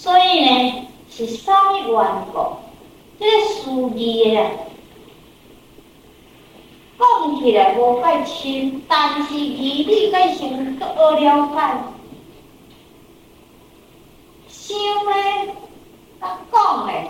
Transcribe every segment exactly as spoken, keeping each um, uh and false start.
所以呢，是啥物缘故？这个词义啊，讲起来无介深，但是义理介深，搁好了解。想呢，甲讲诶，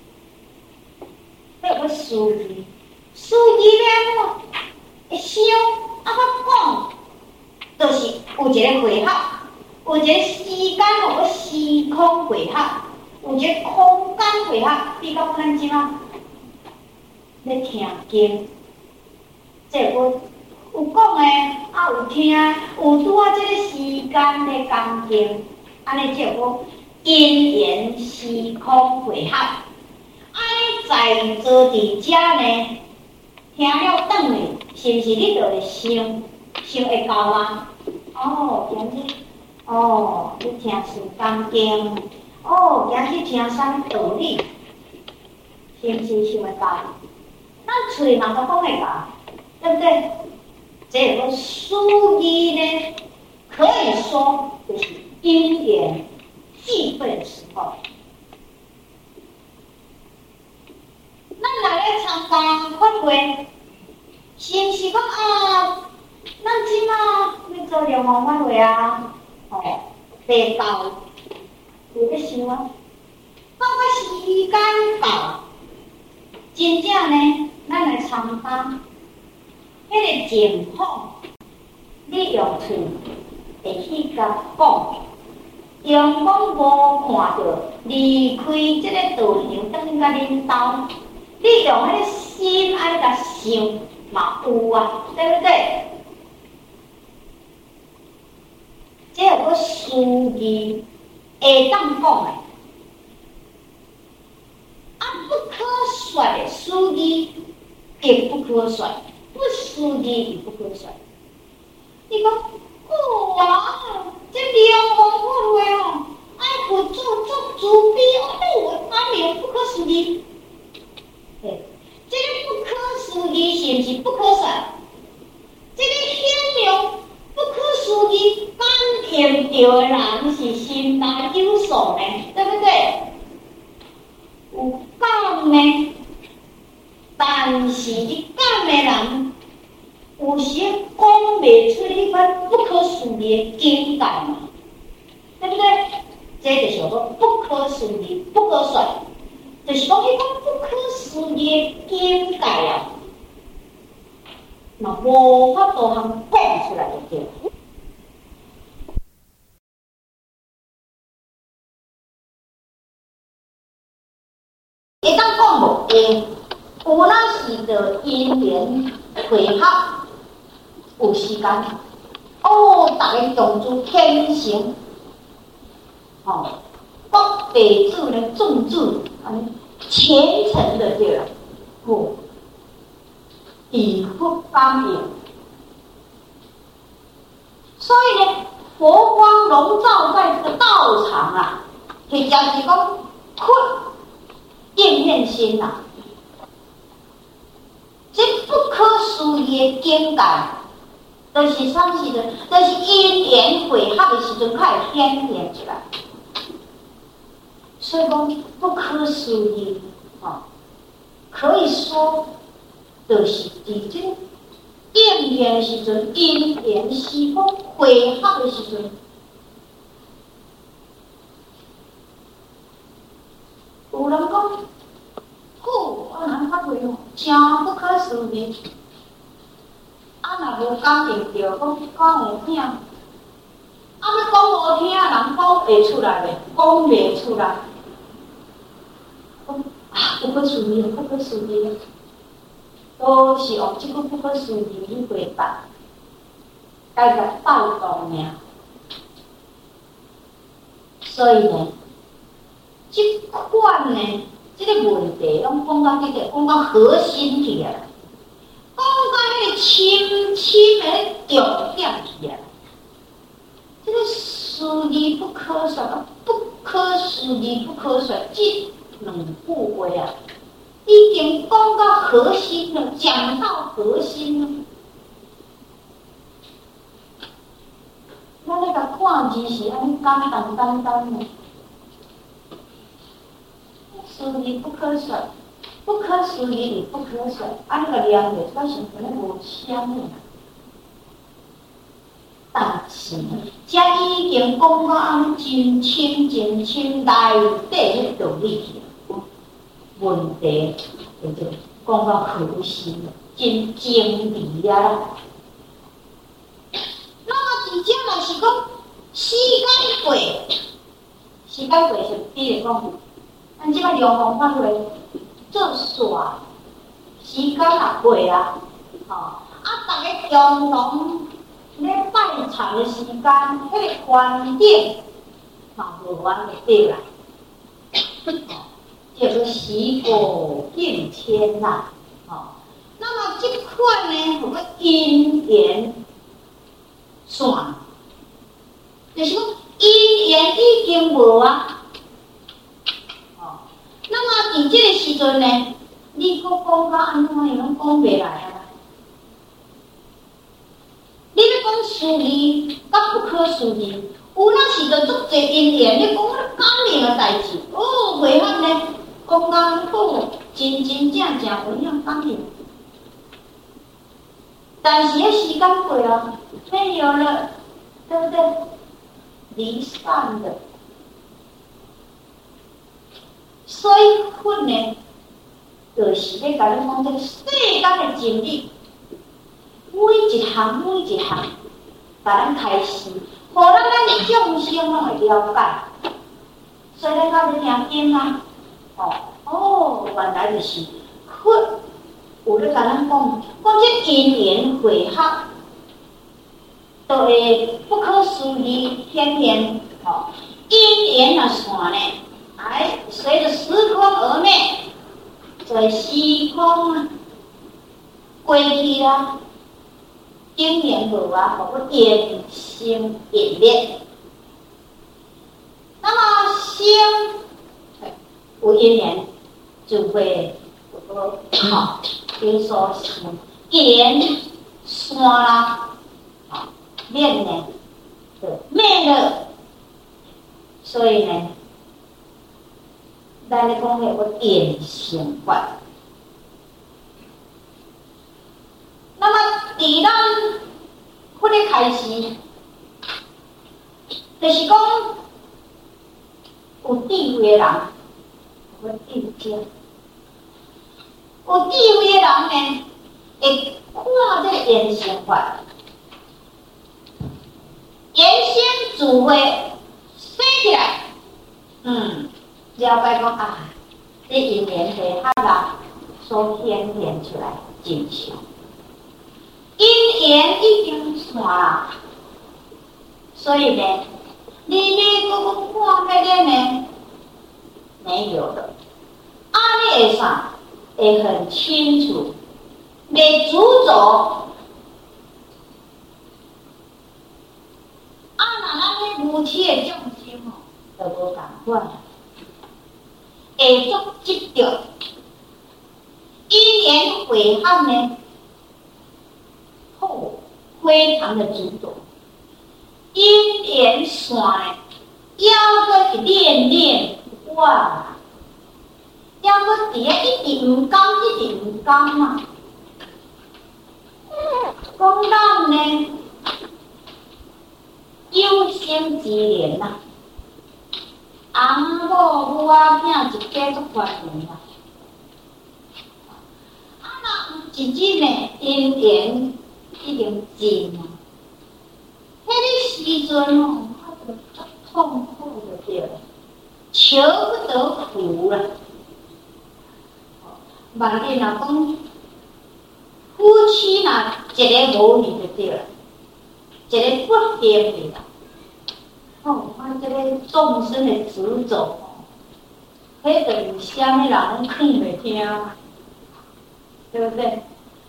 迄个词义，词义了会想啊，甲讲，就是有一个配合，有一个时间有个时空配合，有一个空间配合。比较咱即啊，咧听经，即有有讲诶，啊有听，有拄啊即个时间咧讲经，安尼即有因缘时空配合。安尼在座伫遮呢，听了转去，是毋是你就会想想会到吗？哦，今日哦，你听《时间经》，哦，今日听啥物道理？是毋是想会到？咱喙嘛都讲会到，对不对？这个词义呢，可以说就是因缘具备的时候。咱来咧参加法会，是毋是讲啊？咱即马要做联欢法会啊，哦，地道有咧想啊，到个时间到，真正呢，咱来参加，迄个情况，你用喙会去甲讲，用讲无看到离开即个道场，等于甲领导。你用迄个心爱甲想嘛有啊，对不对？这有个词义会当讲诶，啊不可说的词义也不可说，不词义也不可说。你讲好啊，这联欢法会哦，爱佛做做主笔哦，阿弥不可思议。对，这个不可思议是不是不可说？这个形容不可思议，感应到的人是心内有数呢，对不对？有感呢，但是你感的人，有时讲袂出迄款不可思议的境界嘛，对不对？这就是说不可思议、不可说。就是讲迄种不可思议的境界啊，嘛无法度通讲出来就对。会当讲无会，有那是着因缘配合，有时间。哦，逐个同志虔诚，哦，各弟子呢众志安尼。虔诚的对了，不以不刚硬，所以呢，佛光笼罩在这个道场啊，或者是讲困应念心呐、啊，这不可思议的境界，就是啥时阵？就是因缘会合的时阵，才会显现出来。所以讲不可思议啊，可以说就是伫这应验的时阵，因缘时空会合的时阵，有人讲，好，啊，人发会哦，真不可思议。啊，若无感应着，讲讲有听，啊，要讲无听，人讲会出来咧，讲袂出来。啊，不可思议，不可思议，都是用这个不可思议去回答，该个暴动呢。所以呢，这款呢，这个问题，拢讲到这个，讲到核心去啊，讲到那个深深的重点去啊，这个思议不可说，不可思议不可说，这。两部话啊，已经讲到核心了，讲到核心了。咱咧甲看字是安尼简单简单的， 思议不可说，不可思议与不可说，按个量的，我想可能无相的。但是，这已经讲到安真深真深内底迄道理去，问题就讲到可惜，真精微啊！那么真正若是讲时间过，时间过是比如讲，咱即摆量方法来做煞，时间也过啊，吼、哦，啊，逐个共同咧拜场的时间，迄、那个环境嘛无完就对啦，叫做时过境迁啦，吼、哦。那么这款呢，有个因缘线，就是讲因缘已经无啊，哦。那么伫这个时阵呢，你佫讲到安怎样，拢讲袂来啊。你咧讲思议，甲不可思议，有那时阵足侪因缘，你讲感应的代志，哦，袂晓呢，讲啊好，真真正正有影感应。但是迄时间过啊，没有了，对不对？离散了，所以困呢，就是咧甲你讲这个世间的真理。每一项每一项，把咱开示，互咱咱的众生拢会了解。所以咱到底听经啊，哦哦，原来就是困，有咧甲咱讲，讲这因缘会合，都会不可思议天然，哦，因缘啊线呢，哎，随着时空而灭，在时空啊过去啦。因缘无啊，互我因生引灭。那么生有因缘，就会有个好，比如说盐山啦，啊，面呢，对，灭了。所以呢，咱咧讲有个因生法。那么，伫咱迄个开始，就是讲有智慧的人，有智者，有智慧的人呢，会看这个缘生法，缘生智慧生起来，嗯，了解讲啊，这因缘会合啦，所显现出来真相。因缘已经散啦，所以呢，你你搁搁看那个呢，没有的，啊，你会啥？会很清楚，袂主轴。啊，那咱咧无体的众生哦，就无共款，会足执着，因缘会合呢。后非常的执着，因缘线要个念念哇，要个底下一直唔讲，一直唔讲嘛。讲到呢，有生之年呐，翁某母仔囝一家足团圆啦。啊，那自己呢，因缘。已经尽啊！迄个时阵哦，我就足痛苦就对了，求不得福啦。万一若讲夫妻若一个无理就对了，一个不平的啦。哦，我这个众生的执着哦，迄个有啥物人拢看袂听，对不对？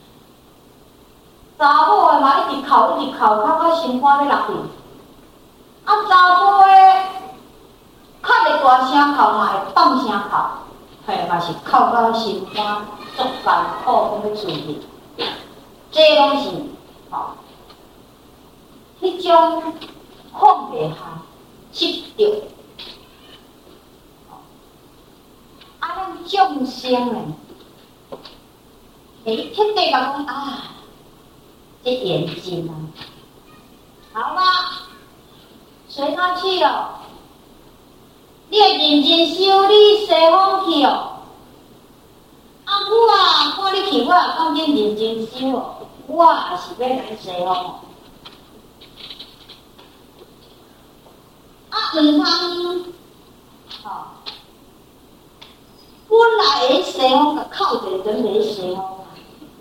查某的嘛一直哭一直哭，哭到心肝要落去。啊，查甫的较袂大声哭嘛会放声哭，嘿嘛是哭到心肝足艰苦，咁要注意。这拢是吼，迄种放袂下执着。啊，咱众生呢，会特地甲讲啊，这严谨啊，好啦，随他去哦。你会认真修你西方去哦。啊，我啊，看你去，我也讲紧认真修哦。我也是要来西方哦。啊，毋通，吼、哦，本来的西方甲靠着人袂西方啊，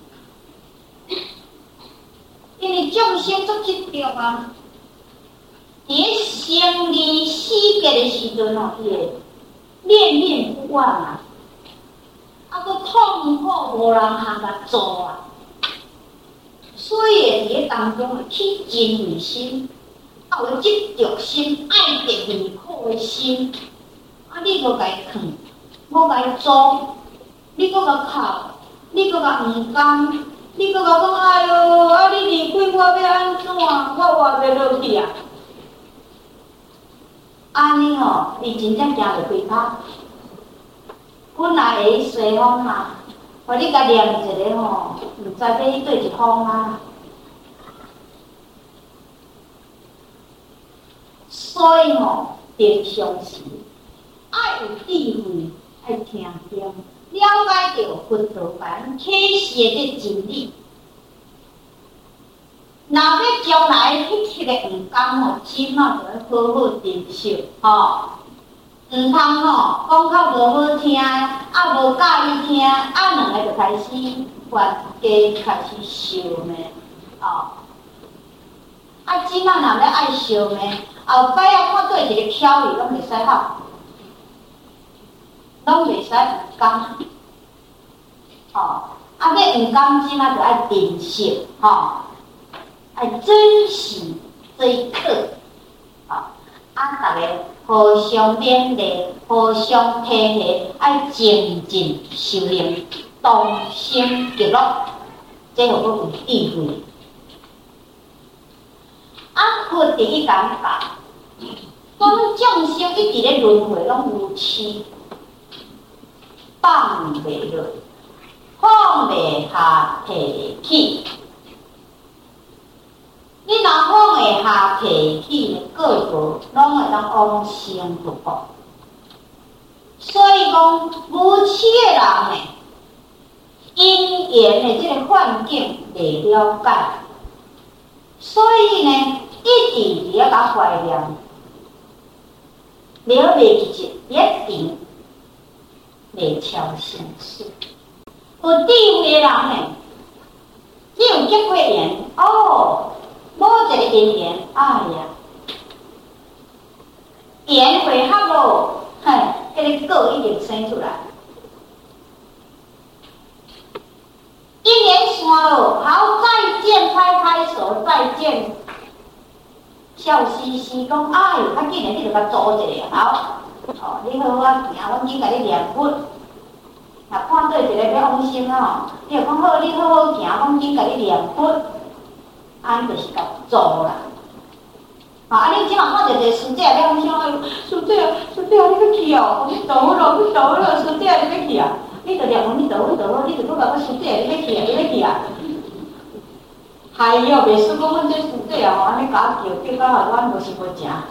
因为众生足执着啊。伫咧生离死别的时阵哦，伊会念念不忘啊，啊，佫痛苦无人通甲做啊，所以会伫咧当中啊起敬畏心，啊有执着心、爱得离苦的心，啊，你佫甲伊囥，我甲伊做，你佫甲哭，你佫甲毋甘，你佫甲讲哎哟，啊你离开我要安怎？我活袂落去啊！安尼吼，你真正行着几歹。本来会西方嘛，互你甲念一个吼，毋知要去对一方啊。所以吼，平常时爱有智慧，爱听经，了解着佛道版启示的这真理。若要将来迄刻个毋甘吼，起码就要好好珍惜吼，毋通吼讲较无好听，啊无介意听，啊两个就开始冤家开始烧咩哦。啊，即摆若要爱烧咩，后摆啊看对一个巧语拢袂使好，拢袂使毋甘吼。啊，要毋甘即摆就爱珍惜吼。爱珍惜这一刻，啊，啊，大家互相勉励，互相体恤，爱精进修炼，同心极乐，这个有智慧。啊，佛第一讲法，讲众生一直咧轮回，拢有痴，放袂落，放袂下，提袂起。你若放会下提起的个个，拢会当往生不报。所以讲，无痴的人呢，因缘的这个环境未了解，所以呢，一直伫遐甲怀念，了袂记一，一定袂超现实。有智慧的人呢，只有结过缘哦。某一个因缘，哎呀，缘会合咯，嘿，迄个果一定生出来。一缘散咯，好，再见，拍拍手，再见，笑嘻嘻讲，哎，较紧诶，你著甲做一个，好，哦，你好好啊行，我紧甲你念佛。若看到一个要往生哦，你著讲好，你好好行，我紧甲你念佛。安就是甲做啦，啊！你即马看着一个师姐要往生，哎呦，师姐啊，师姐啊，你要去哦？你倒咯，你倒咯，师姐啊，你要去啊？你着念讲你倒咯倒咯，你着搁甲我师姐啊，你要去啊？你要去啊？哎哟，袂输讲阮这师姐啊，吼，安尼甲我叫，叫到后阮无想要食，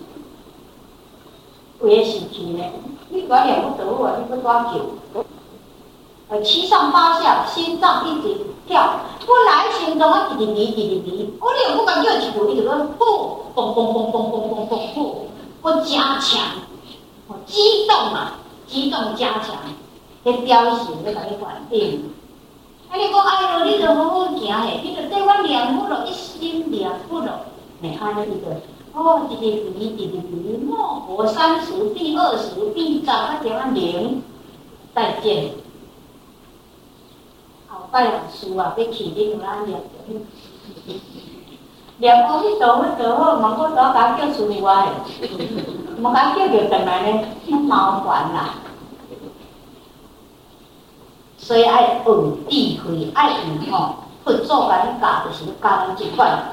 为个是去呢？你甲我念我倒咯，你搁多叫？呃，七上八下，心脏一直跳。本来心中啊，直直离，直直离。我你若不敢叫一句，你就讲呼，嘣嘣嘣嘣嘣嘣嘣呼，我加强，我激动啊，激动加强，迄表示要甲你反应。啊，你讲哎哟，你着好好行嘿，你着对我念佛咯，一心念佛咯，你安尼伊着哦，直直离，直直离，莫佛三十，第二十，第十，啊，点啊零，再见。后摆老师啊，要去你有哪念着？念讲你倒好倒好，莫搁倒甲叫出外的，莫甲叫着转来呢，较麻烦啦。所以爱有智慧，爱有吼，佛祖甲你教，就是要教咱即款。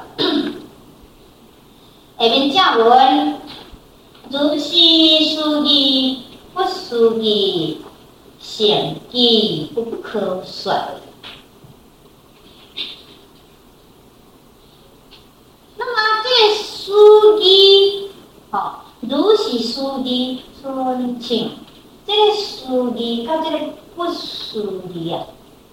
下面正文，如是事义，不事义。 显机不可说。那么这个书记，哦，如是书记尊称，这个书记跟这个不书记啊，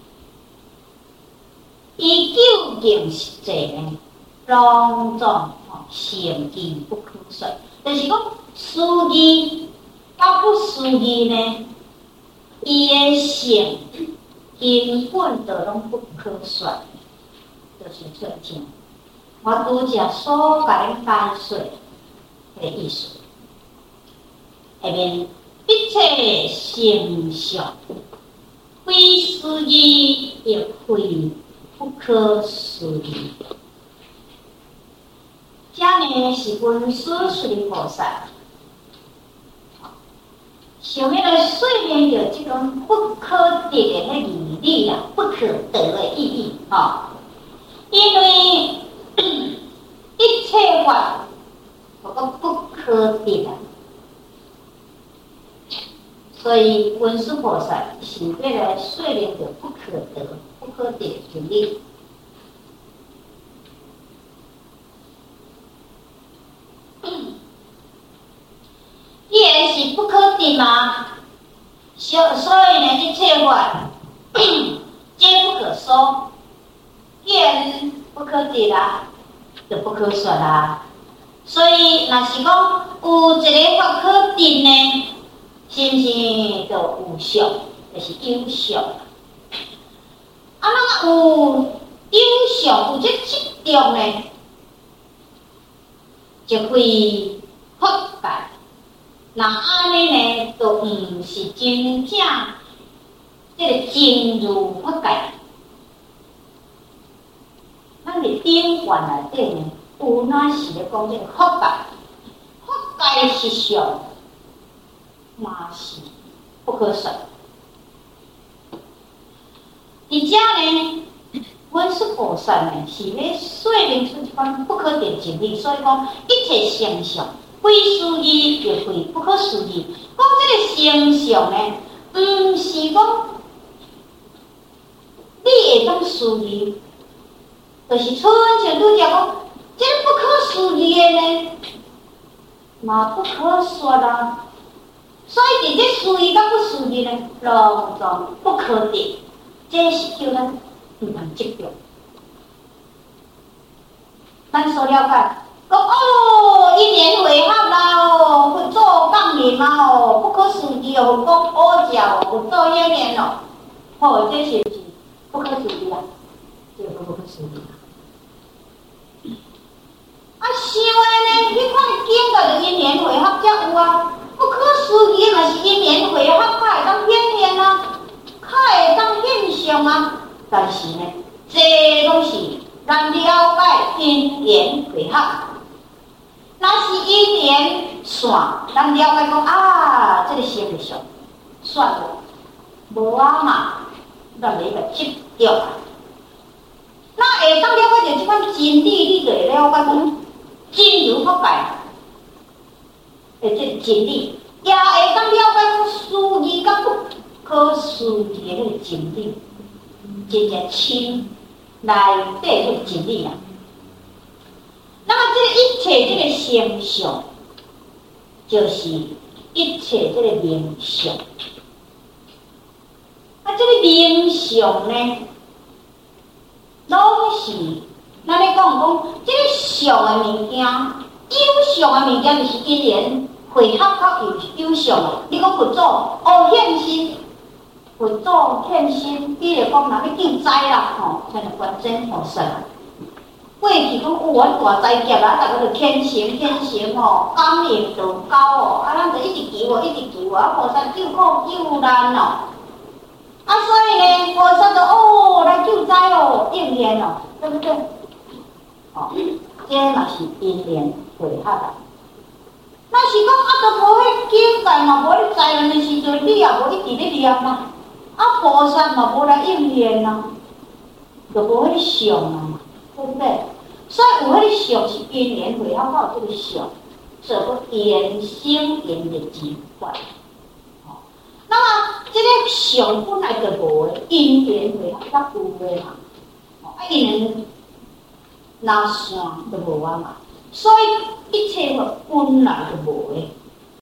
伊究竟是这呢？种种哦，显机不可说，就是讲书记甲不书记呢，伊的性根本就拢不可说，就是做证。我拄则所甲恁解说的意思，下面一切形象，非思议，亦非不可思议。这呢是文殊师利菩萨，想要来说明着这种不可得的那义理啦，不可得的意义啊、哦，因为一切法我都不可得的，所以文殊菩萨是要来说明着不可得、不可得的义理。既然是不可得嘛，所以呢，一切法皆不可说。既然不可得啦，就不可说啦。所以，若是讲有一个法可得呢，是毋是就有相，就是有相。啊，那有有相，有这执着呢，就会发白。那安尼呢，就毋是真正这个真如法界。咱伫顶观内底呢，有哪是咧讲这个法界？法界实相，嘛是不可说。而且呢，文殊菩萨呢是咧说明出一款不可得真理，所以讲一切形象。非思议，亦非不可思议。讲这个形象呢，毋是讲你会当思议，就是纯像拄则讲，这个不可思议的呢，嘛不可说啦。所以伫这思议甲不思议呢，拢总不可得，这是叫咱毋通执着。咱所了解。讲哦，因缘会合啦哦，佛祖降临啊哦，不可思议哦，讲好教哦，佛祖应验哦，哦，这是不是不可思议啊？这个不可思议啊！啊，想的呢，你看经就是因缘会合才有啊，不可思议嘛是因缘会合才会当显现啊，才会当现象啊，但是呢，这拢是咱了解因缘会合。那是因缘线，咱了解讲啊，这个形象算了，无啊嘛，咱袂个执着。那会当了解着这款真理，你就会了解讲真如法界的这个真理，也会当了解讲思议甲不可思议的那个真理，真正深内底迄个真理啊。那么这个一切这个形象，就是一切这个名相。啊，这个名相呢，拢是咱咧讲讲，这个相的物件，有相的物件就是因缘会合较有有相的。你讲佛祖哦现身，佛祖现身，比如讲人咧救灾啦，吼，像观真菩萨。过去讲有阮大灾劫啊，逐个就虔诚虔诚吼，感应就高哦，啊，咱就一直求哦，一直求啊，菩萨救苦救难哦，啊，所以呢，菩萨就哦来救灾哦，应验哦，对不对？哦，这嘛是因缘会合啦。那是讲啊，都无迄境界嘛，无咧灾难的时阵，你也无一直咧念啊，啊，菩萨嘛无来应验啊，就无迄相啊，对不对？所以有迄个相是因缘会合到这个相，所以讲缘生缘灭之法。哦，那么这个上本来就无诶，因缘会合才有诶嘛。啊，因缘若散就无啊嘛，所以一切吼本来就无诶。